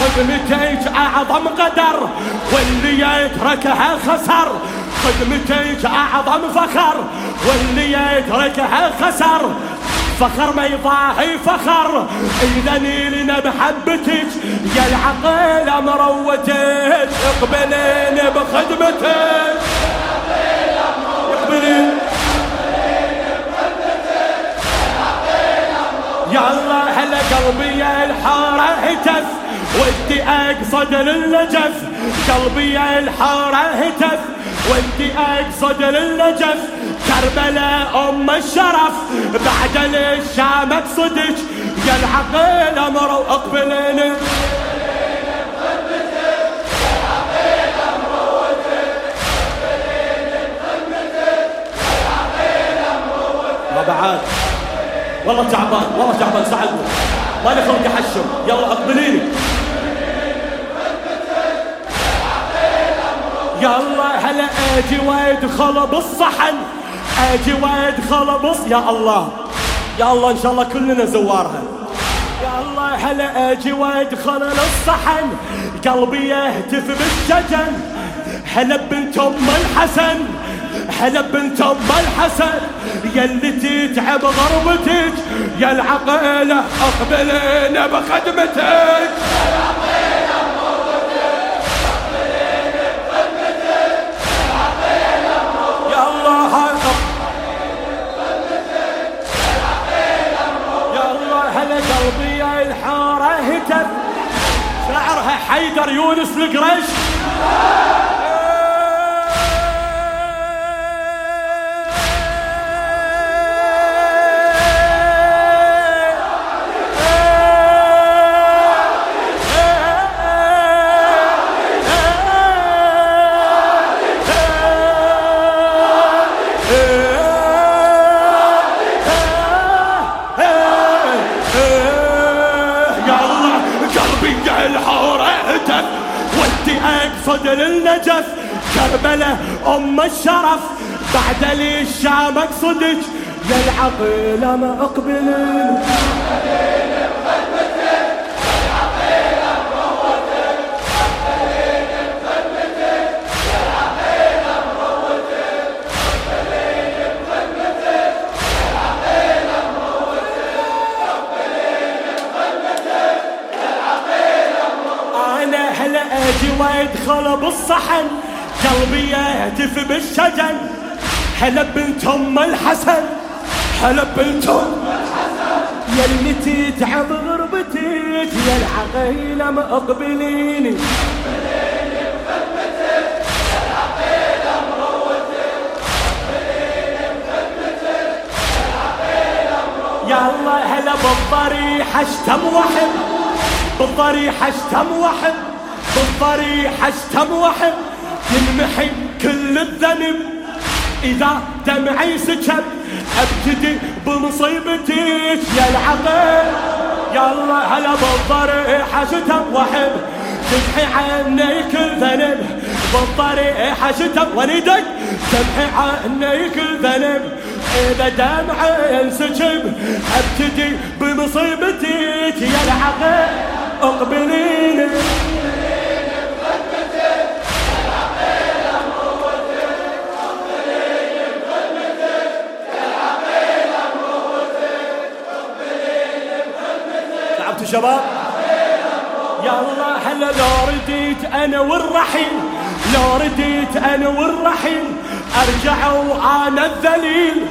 خدمتك أعظم قدر، واللي يتركها خسر. خدمتك أعظم فخر، واللي يتركها خسر. فخر ما يضاهي فخر، إذا نيلنا بحبتك يا العقيلة مروتك. اقبلين بخدمتك، اقبلين يا الله. هلا قلبي يا الحارة هتف، ودي أقصد للنجف. قلبي يا الحارة هتف، ودي أقصد للنجف. كربلاء أم الشرف، بعد للشام اقصدك يا العقيلة مرو. اقبلين ما بعد والله تعبان، والله تعبان ساعدني مالي خلق احشم. يلا اقبليني يلا. هلا اجي وادخل بالصحن، اجي وادخل يا الله يا الله ان شاء الله كلنا زوارها يا الله. هلا اجي وادخل للصحن، قلبي يهتف بالشجن. هلا بنت ام الحسن، هلا بنت ام الحسن، يلي تتعب غربتك يا العقيلة. اقبلين بخدمتك يا الله. يا الله هلا قلبي يا الحارة هتف، شعرها حيدر يونس القريش. أقصد للنجف كربلاء أم الشرف، بعد لي الشام أقصدك يا العقيلة ما أقبلين. اجي وادخل بالصحن، قلبي يهتف بالشجن. هلا بنت ام الحسن، هلا بنت ام الحسن، يلي تتعب غربتك يا العقيلة ما اقبليني. يا الله هلا بالضريح اشتم وحب، بالضريح اشتم وحب، بالضريح اشتم وحب. ينمحي كل الذنب إذا دمعي سكب، ابتدي بمصيبتك يا العقل. يا الله هلا بالضريح اشتم وحب، تمحي عني كل ذنب. بالضريح اشتم وندق، تمحي عني كل ذنب. إذا دمعي انسكب، ابتدي بمصيبتك يا العقل. اقبليني شباب. يا الله هلا لو رديت انا والرحيل، لو رديت انا والرحيل ارجع وانا الذليل.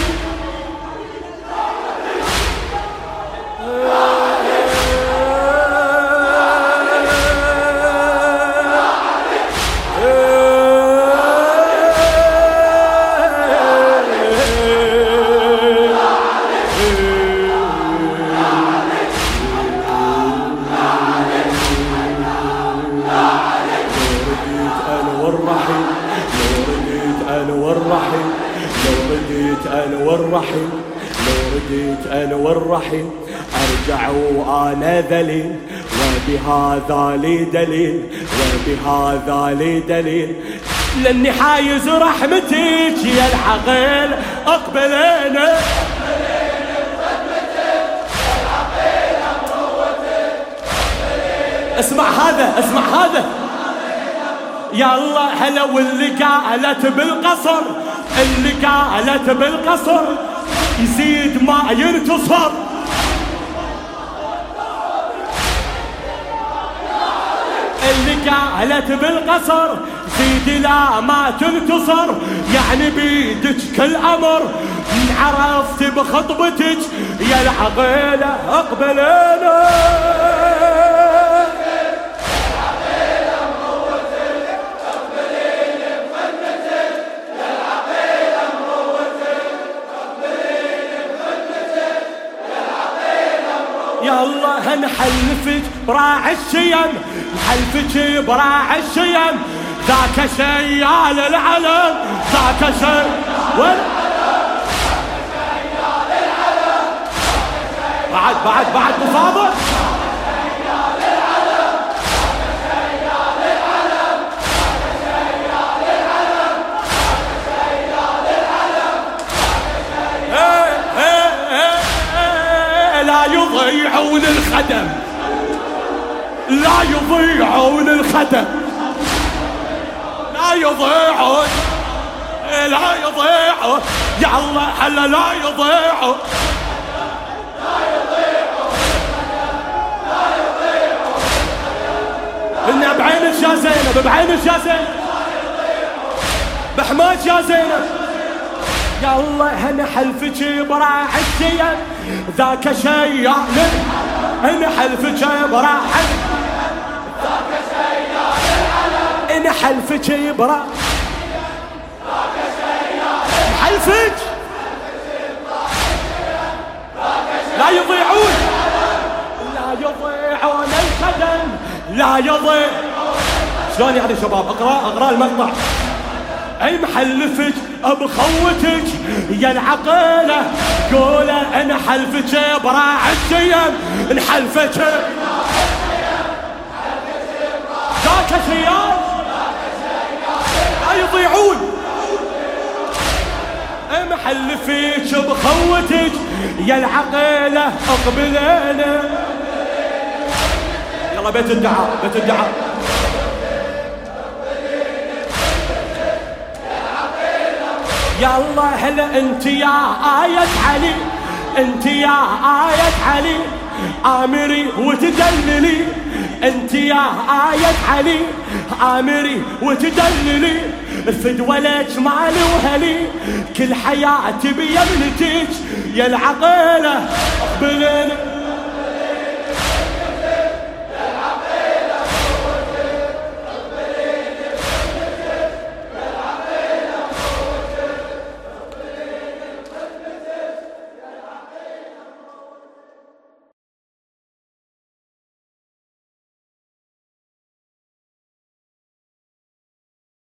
والرحيل لو رديت انا والرحيل ارجع وانا ذليل. وبهذا لي دليل، وبهذا لي دليل، لاني حايز رحمتك يا العقيل. اقبلينا اسمع هذا اسمع هذا. يلا هلا واللي قالت بالقصر، اللي قالت بالقصر يزيد ما ينتصر. اللي قالت بالقصر زيد لا ما تنتصر، يعني بيدك كل امر عرفت بخطبتك يا العقيلة اقبلينا. يلا هنحلفك براع الشيم، نحلفك براع الشيم، ذاك شيال العلم، ذاك شيال بعد مفاضل. لا يضيعون الخدم، لا يضيعون الخدم، لا يضيعون، لا يضيعون، يا الله هلا لا يضيعون، لا يضيعون، لا يضيعون. إنها بعينك يا زينب، بعينك يا زينب، بحماك يا زينب. يلا هنحلفك براع الشيم، ذاك شيال، هنحلفك براع، ذاك شيال العلم، نحلفك براع، ذاك شيال، نحلفك لا يضيعون، لا يضيعون الخدم، لا يضيع. شلون يعني شباب؟ اقرا المقطع. اي محلفك بخوتك يا العقيلة، قوله انا حلفك براع الشيم، نحلفك ذاك شيال لا يضيعون. اي محلفك بخوتك يا العقيلة اقبلينا. يلا بيت الدعاء، بيت الدعاء. يلا هلا انت يا آية علي، انت يا آية علي، آمري وتدللي، انت يا آية علي، آمري وتدللي، فدوى لك مالي وهلي، كل حياتي بيمنتك يا العقيلة